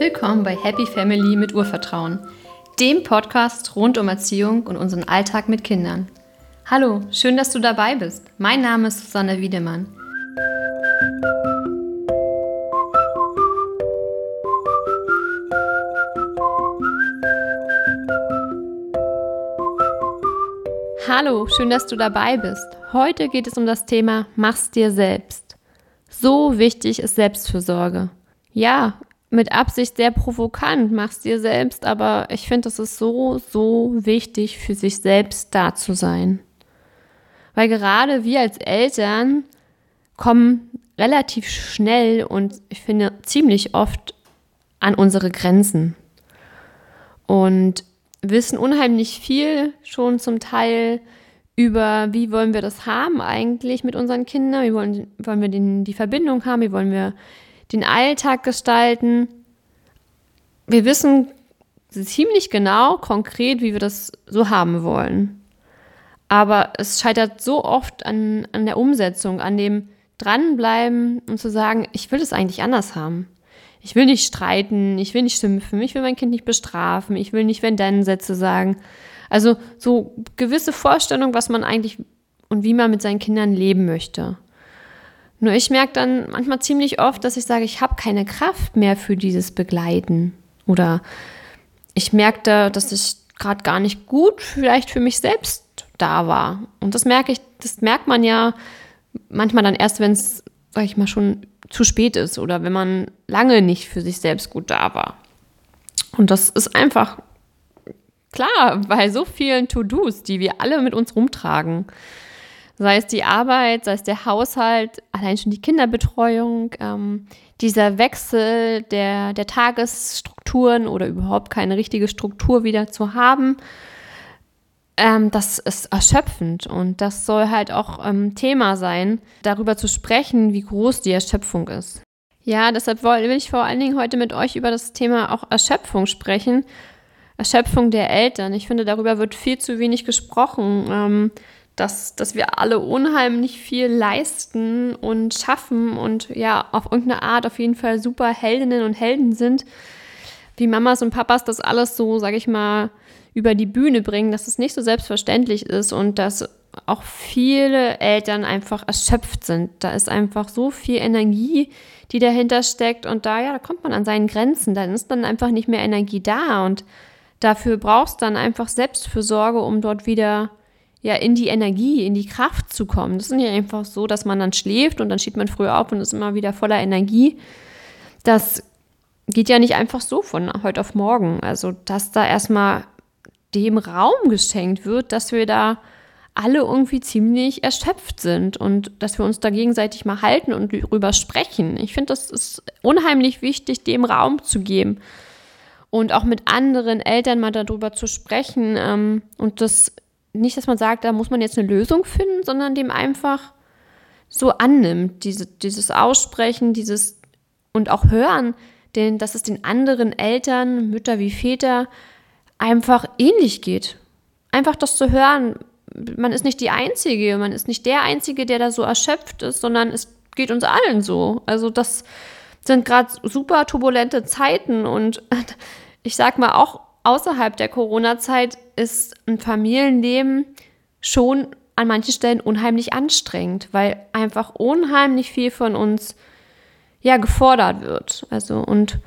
Willkommen bei Happy Family mit Urvertrauen, dem Podcast rund um Erziehung und unseren Alltag mit Kindern. Hallo, schön, dass du dabei bist. Mein Name ist Susanne Wiedemann. Hallo, schön, dass du dabei bist. Heute geht es um das Thema Mach's dir selbst. So wichtig ist Selbstfürsorge. Ja, mit Absicht sehr provokant, mach's dir selbst, aber ich finde, es ist so wichtig, für sich selbst da zu sein. Weil gerade wir als Eltern kommen relativ schnell und ich finde ziemlich oft an unsere Grenzen und wissen unheimlich viel schon zum Teil über, wie wollen wir das haben eigentlich mit unseren Kindern, wie wollen wir die Verbindung haben, wie wollen wir den Alltag gestalten. Wir wissen ziemlich genau, konkret, wie wir das so haben wollen. Aber es scheitert so oft an der Umsetzung, an dem Dranbleiben und zu sagen, ich will das eigentlich anders haben. Ich will nicht streiten, ich will nicht schimpfen, ich will mein Kind nicht bestrafen, ich will nicht Wenn-Dann-Sätze sagen. Also so gewisse Vorstellungen, was man eigentlich und wie man mit seinen Kindern leben möchte. Nur ich merke dann manchmal ziemlich oft, dass ich sage, ich habe keine Kraft mehr für dieses Begleiten. Oder ich merke da, dass ich gerade gar nicht gut vielleicht für mich selbst da war. Und das merkt man ja manchmal dann erst, wenn es, sage ich mal, schon zu spät ist oder wenn man lange nicht für sich selbst gut da war. Und das ist einfach klar bei so vielen To-Dos, die wir alle mit uns rumtragen. Sei es die Arbeit, sei es der Haushalt, allein schon die Kinderbetreuung, dieser Wechsel der Tagesstrukturen oder überhaupt keine richtige Struktur wieder zu haben, das ist erschöpfend und das soll halt auch Thema sein, darüber zu sprechen, wie groß die Erschöpfung ist. Ja, deshalb will ich vor allen Dingen heute mit euch über das Thema auch Erschöpfung sprechen, Erschöpfung der Eltern. Ich finde, darüber wird viel zu wenig gesprochen, dass wir alle unheimlich viel leisten und schaffen und ja, auf irgendeine Art auf jeden Fall super Heldinnen und Helden sind, wie Mamas und Papas das alles so, sage ich mal, über die Bühne bringen, dass es nicht so selbstverständlich ist und dass auch viele Eltern einfach erschöpft sind. Da ist einfach so viel Energie, die dahinter steckt und da kommt man an seinen Grenzen, dann ist dann einfach nicht mehr Energie da und dafür brauchst du dann einfach Selbstfürsorge, um dort wieder in die Energie, in die Kraft zu kommen. Das ist nicht einfach so, dass man dann schläft und dann steht man früh auf und ist immer wieder voller Energie. Das geht ja nicht einfach so von heute auf morgen. Also, dass da erstmal dem Raum geschenkt wird, dass wir da alle irgendwie ziemlich erschöpft sind und dass wir uns da gegenseitig mal halten und darüber sprechen. Ich finde, das ist unheimlich wichtig, dem Raum zu geben und auch mit anderen Eltern mal darüber zu sprechen und das nicht, dass man sagt, da muss man jetzt eine Lösung finden, sondern dem einfach so annimmt, dieses Aussprechen, und auch hören, dass es den anderen Eltern, Mütter wie Väter, einfach ähnlich geht. Einfach das zu hören, man ist nicht die Einzige, man ist nicht der Einzige, der da so erschöpft ist, sondern es geht uns allen so. Also das sind gerade super turbulente Zeiten und ich sag mal auch, außerhalb der Corona-Zeit ist ein Familienleben schon an manchen Stellen unheimlich anstrengend, weil einfach unheimlich viel von uns gefordert wird. Also und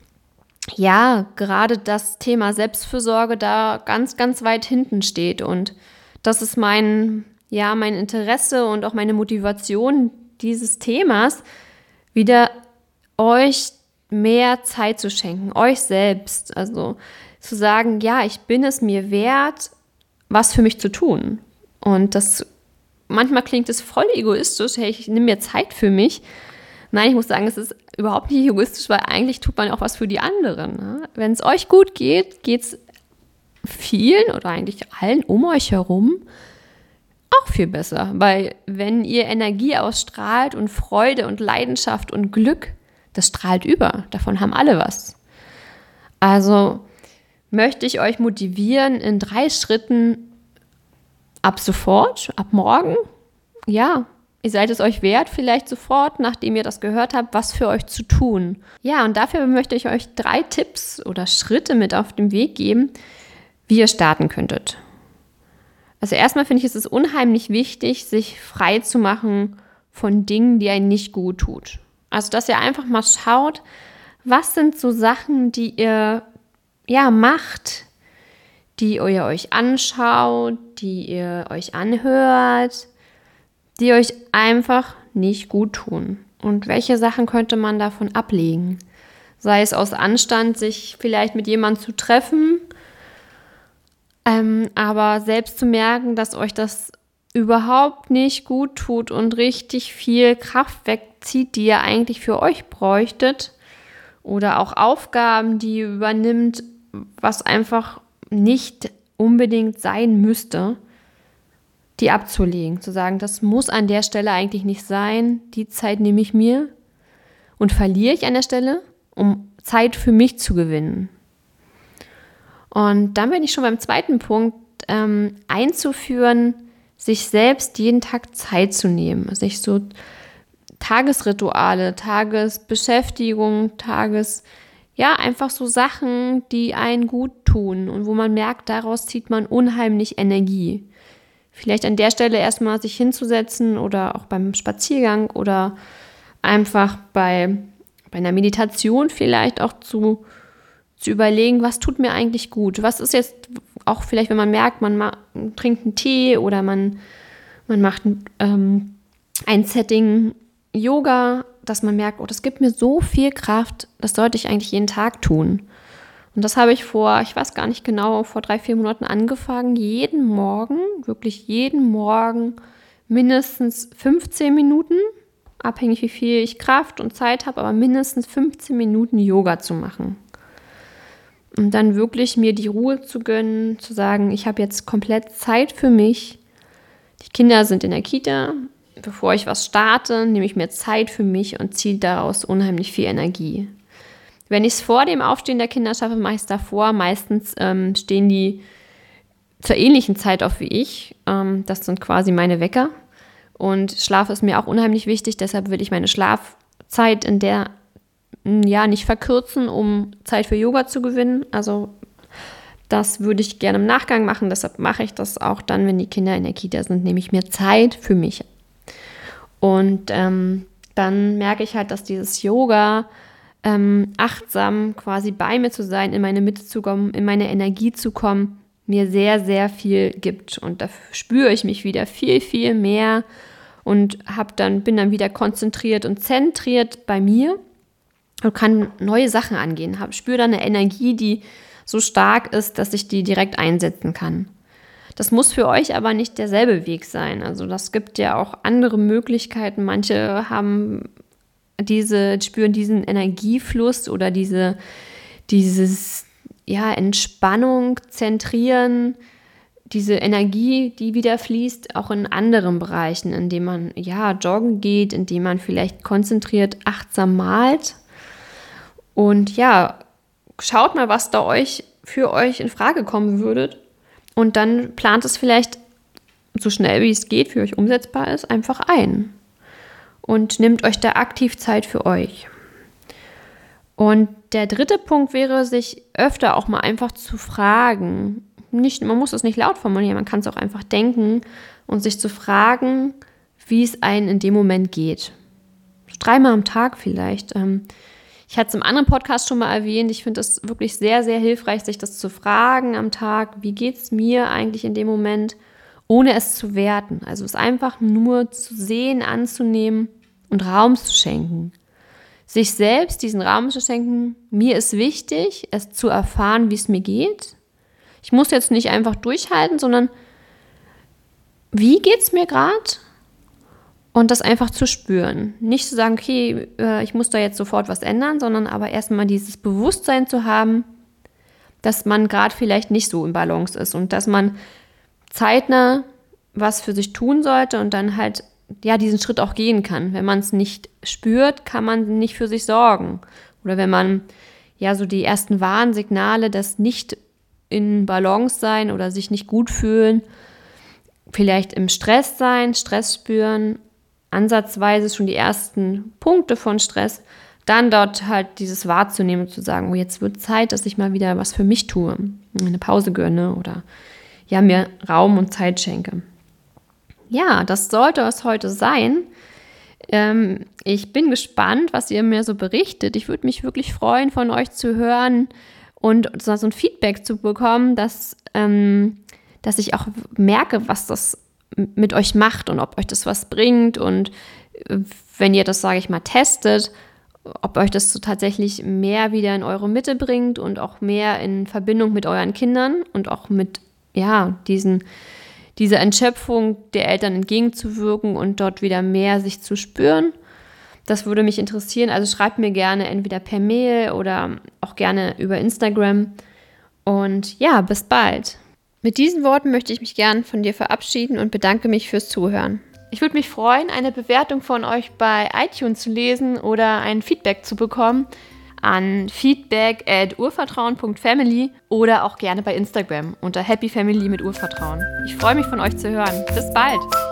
gerade das Thema Selbstfürsorge da ganz, ganz weit hinten steht und das ist mein Interesse und auch meine Motivation dieses Themas, wieder euch mehr Zeit zu schenken, euch selbst, also zu sagen, ich bin es mir wert, was für mich zu tun. Und manchmal klingt es voll egoistisch, hey, ich nehme mir Zeit für mich. Nein, ich muss sagen, es ist überhaupt nicht egoistisch, weil eigentlich tut man auch was für die anderen. Ne? Wenn es euch gut geht, geht es vielen oder eigentlich allen um euch herum auch viel besser. Weil wenn ihr Energie ausstrahlt und Freude und Leidenschaft und Glück, das strahlt über. Davon haben alle was. Also möchte ich euch motivieren in 3 Schritten ab sofort, ab morgen, ihr seid es euch wert, vielleicht sofort, nachdem ihr das gehört habt, was für euch zu tun. Ja, und dafür möchte ich euch 3 Tipps oder Schritte mit auf den Weg geben, wie ihr starten könntet. Also erstmal finde ich, es ist unheimlich wichtig, sich frei zu machen von Dingen, die einen nicht gut tut. Also, dass ihr einfach mal schaut, was sind so Sachen, die ihr macht, die ihr euch anschaut, die ihr euch anhört, die euch einfach nicht gut tun. Und welche Sachen könnte man davon ablegen? Sei es aus Anstand, sich vielleicht mit jemandem zu treffen, aber selbst zu merken, dass euch das überhaupt nicht gut tut und richtig viel Kraft wegzieht, die ihr eigentlich für euch bräuchtet. Oder auch Aufgaben, die ihr übernimmt, was einfach nicht unbedingt sein müsste, die abzulegen. Zu sagen, das muss an der Stelle eigentlich nicht sein, die Zeit nehme ich mir und verliere ich an der Stelle, um Zeit für mich zu gewinnen. Und dann bin ich schon beim zweiten Punkt, einzuführen, sich selbst jeden Tag Zeit zu nehmen, sich so Tagesrituale, Tagesbeschäftigung, einfach so Sachen, die einen gut tun und wo man merkt, daraus zieht man unheimlich Energie. Vielleicht an der Stelle erstmal sich hinzusetzen oder auch beim Spaziergang oder einfach bei einer Meditation vielleicht auch zu überlegen, was tut mir eigentlich gut? Was ist jetzt auch vielleicht, wenn man merkt, man trinkt einen Tee oder man macht ein Setting Yoga, dass man merkt, oh, das gibt mir so viel Kraft, das sollte ich eigentlich jeden Tag tun. Und das habe ich ich weiß gar nicht genau, vor 3-4 Monaten angefangen, jeden Morgen, wirklich jeden Morgen mindestens 15 Minuten, abhängig wie viel ich Kraft und Zeit habe, aber mindestens 15 Minuten Yoga zu machen. Und dann wirklich mir die Ruhe zu gönnen, zu sagen, ich habe jetzt komplett Zeit für mich. Die Kinder sind in der Kita. Bevor ich was starte, nehme ich mir Zeit für mich und ziehe daraus unheimlich viel Energie. Wenn ich es vor dem Aufstehen der Kinder schaffe, mache ich es davor. Meistens stehen die zur ähnlichen Zeit auf wie ich. Das sind quasi meine Wecker. Und Schlaf ist mir auch unheimlich wichtig. Deshalb will ich meine Schlafzeit in der nicht verkürzen, um Zeit für Yoga zu gewinnen. Also das würde ich gerne im Nachgang machen. Deshalb mache ich das auch dann, wenn die Kinder in der Kita sind, nehme ich mir Zeit für mich. Und dann merke ich halt, dass dieses Yoga, achtsam quasi bei mir zu sein, in meine Mitte zu kommen, in meine Energie zu kommen, mir sehr, sehr viel gibt. Und da spüre ich mich wieder viel, viel mehr und bin dann wieder konzentriert und zentriert bei mir und kann neue Sachen angehen. Spüre dann eine Energie, die so stark ist, dass ich die direkt einsetzen kann. Das muss für euch aber nicht derselbe Weg sein. Also das gibt ja auch andere Möglichkeiten. Manche spüren diesen Energiefluss oder dieses Entspannung, Zentrieren, diese Energie, die wieder fließt, auch in anderen Bereichen, indem man joggen geht, indem man vielleicht konzentriert, achtsam malt. Und schaut mal, was da für euch in Frage kommen würde. Und dann plant es vielleicht so schnell, wie es geht, für euch umsetzbar ist, einfach ein. Und nehmt euch da aktiv Zeit für euch. Und der dritte Punkt wäre, sich öfter auch mal einfach zu fragen. Man muss es nicht laut formulieren, man kann es auch einfach denken und sich zu fragen, wie es einem in dem Moment geht. 3-mal am Tag vielleicht. Ich hatte es im anderen Podcast schon mal erwähnt, ich finde es wirklich sehr, sehr hilfreich, sich das zu fragen am Tag, wie geht es mir eigentlich in dem Moment, ohne es zu werten. Also es einfach nur zu sehen, anzunehmen und Raum zu schenken. Sich selbst diesen Raum zu schenken, mir ist wichtig, es zu erfahren, wie es mir geht. Ich muss jetzt nicht einfach durchhalten, sondern wie geht es mir gerade? Und das einfach zu spüren. Nicht zu sagen, okay, ich muss da jetzt sofort was ändern, sondern aber erstmal dieses Bewusstsein zu haben, dass man gerade vielleicht nicht so im Balance ist und dass man zeitnah was für sich tun sollte und dann halt diesen Schritt auch gehen kann. Wenn man es nicht spürt, kann man nicht für sich sorgen. Oder wenn man so die ersten Warnsignale, das nicht in Balance sein oder sich nicht gut fühlen, vielleicht im Stress sein, Stress spüren, ansatzweise schon die ersten Punkte von Stress, dann dort halt dieses wahrzunehmen und zu sagen, oh, jetzt wird Zeit, dass ich mal wieder was für mich tue, eine Pause gönne oder ja, mir Raum und Zeit schenke. Ja, das sollte es heute sein. Ich bin gespannt, was ihr mir so berichtet. Ich würde mich wirklich freuen, von euch zu hören und so ein Feedback zu bekommen, dass ich auch merke, was das mit euch macht und ob euch das was bringt und wenn ihr das, sage ich mal, testet, ob euch das so tatsächlich mehr wieder in eure Mitte bringt und auch mehr in Verbindung mit euren Kindern und auch mit dieser Entschöpfung der Eltern entgegenzuwirken und dort wieder mehr sich zu spüren. Das würde mich interessieren. Also schreibt mir gerne entweder per Mail oder auch gerne über Instagram. Und ja, bis bald. Mit diesen Worten möchte ich mich gern von dir verabschieden und bedanke mich fürs Zuhören. Ich würde mich freuen, eine Bewertung von euch bei iTunes zu lesen oder ein Feedback zu bekommen an feedback@urvertrauen.family oder auch gerne bei Instagram unter happyfamily mit Urvertrauen. Ich freue mich, von euch zu hören. Bis bald!